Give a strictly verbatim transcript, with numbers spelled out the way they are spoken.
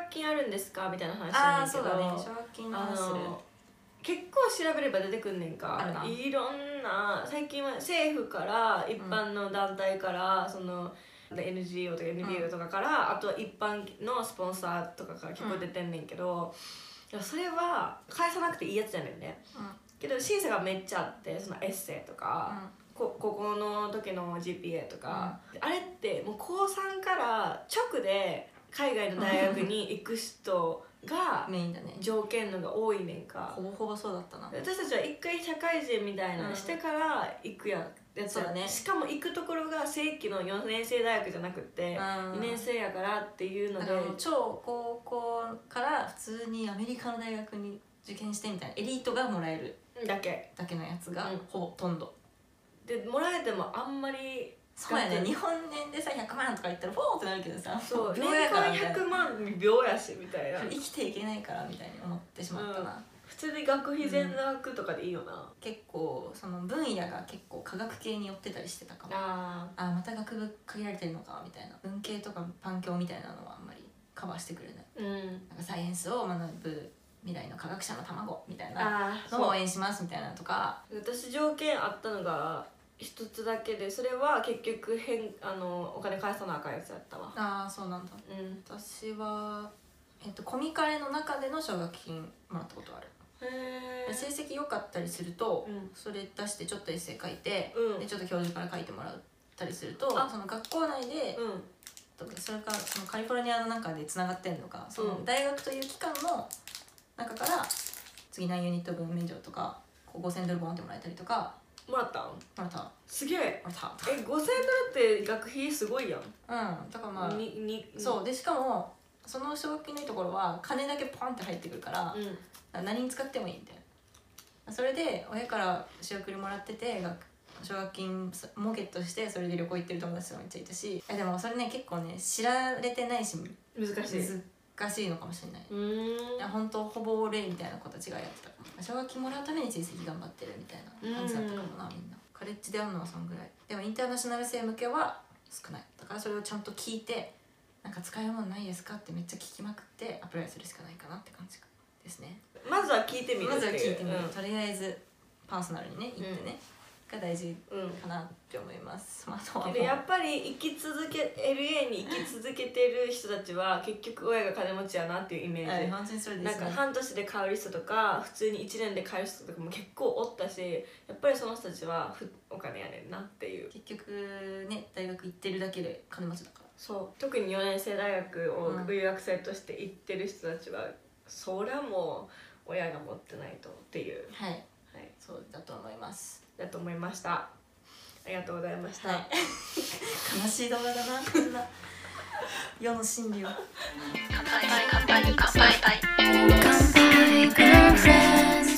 学金あるんですかみたいな話あなんだけど、 あそうだね、奨学金の話する。 結構調べれば出てくんねんか。いろんな最近は政府から一般の団体から、うん、その エヌジーオー とか エヌピーオー とかから、うん、あとは一般のスポンサーとかから結構出てんねんけど、うん、それは返さなくていいやつじゃねんね、うん、けど審査がめっちゃあって、そのエッセイとか、うん、こここの時の ジーピーエー とか、うん、あれってもう高さんから直で海外の大学に行く人がメインだね、 条件のが多いねんか。 ほぼほぼそうだったな。 私たちは一回社会人みたいなしてから行くややつだね。しかも行くところが正規のよねん生大学じゃなくてにねん生やからっていうので、 超高校から普通にアメリカの大学に受験してみたいなエリートがもらえるだけだけのやつがほとんど、 うん、でもらえてもあんまりそうやね、日本円でさひゃくまんとか言ったらフォーってなるけどさ、 そう年間ひゃくまん秒やしみたいな、 生きていけないからみたいに思ってしまったな、うん、 普通に学費全額とかでいいよな、うん、 結構その分野が結構科学系に寄ってたりしてたかも。ああまた学部限られてるのかみたいな、文系とかパン教みたいなのはあんまりカバーしてくれない、うん、なんかサイエンスを学ぶ未来の科学者の卵みたいなのを応援しますみたいなとか。 私条件あったのが一つだけで、それは結局変あのお金返さなあかんやつやったわ。 ああそうなんだ、うん、私は、えっと、コミカレの中での奨学金もらったことある。へえ。成績良かったりすると、うん、それ出してちょっとエッセイ書いて、うん、でちょっと教授から書いてもらったりすると、その学校内で、うん、とかそれからそのカリフォルニアの中でつながってんのか、その大学という機関の中から次何ユニット分免除とかごせんドルボンってもらえたりとか。 もらったん？ もらった。 すげえ。 もらった。 え、ごせんドルって学費すごいやん。うん。 だからまあににそうで、しかもその奨学金のいいところは金だけポンって入ってくるから、うん、何に使ってもいいみたいな。それで親から仕送りもらってて学奨学金もゲットして、それで旅行行ってる友達とかめっちゃいたし、えでもそれね結構ね知られてないし難しい難しいのかもしれない。うーん、いや本当ほぼ俺みたいな子たちがやってた。奨学金もらうために成績頑張ってるみたいな感じだったかもな、みんな。カレッジで会うのはそんぐらい。でもインターナショナル生向けは少ない。だからそれをちゃんと聞いて、なんか使えるものないですかってめっちゃ聞きまくってアプライするしかないかなって感じですね。 まずは聞いてみる。 まずは聞いてみる、うん、とりあえずパーソナルにね行ってね、うん、が大事かなって思います、うん、まあ、 けどやっぱり生き続け エルエー に生き続けてる人たちは結局親が金持ちやなっていうイメージ、はい、 本当にそれですね。 なんか半年で買う人とか普通にいちねんで買う人とかも結構おったし、やっぱりその人たちはふお金やねんなっていう。 結局ね大学行ってるだけで金持ちだから。 そう、特によねん生大学を留学生として行ってる人たちは、うん、そりゃもう親が持ってないとっていう、 はい、はい、そうだと思いますだと思いました。ありがとうございました、はい、 悲しい動画だなこんな世の真理を。乾杯乾杯乾杯乾杯乾杯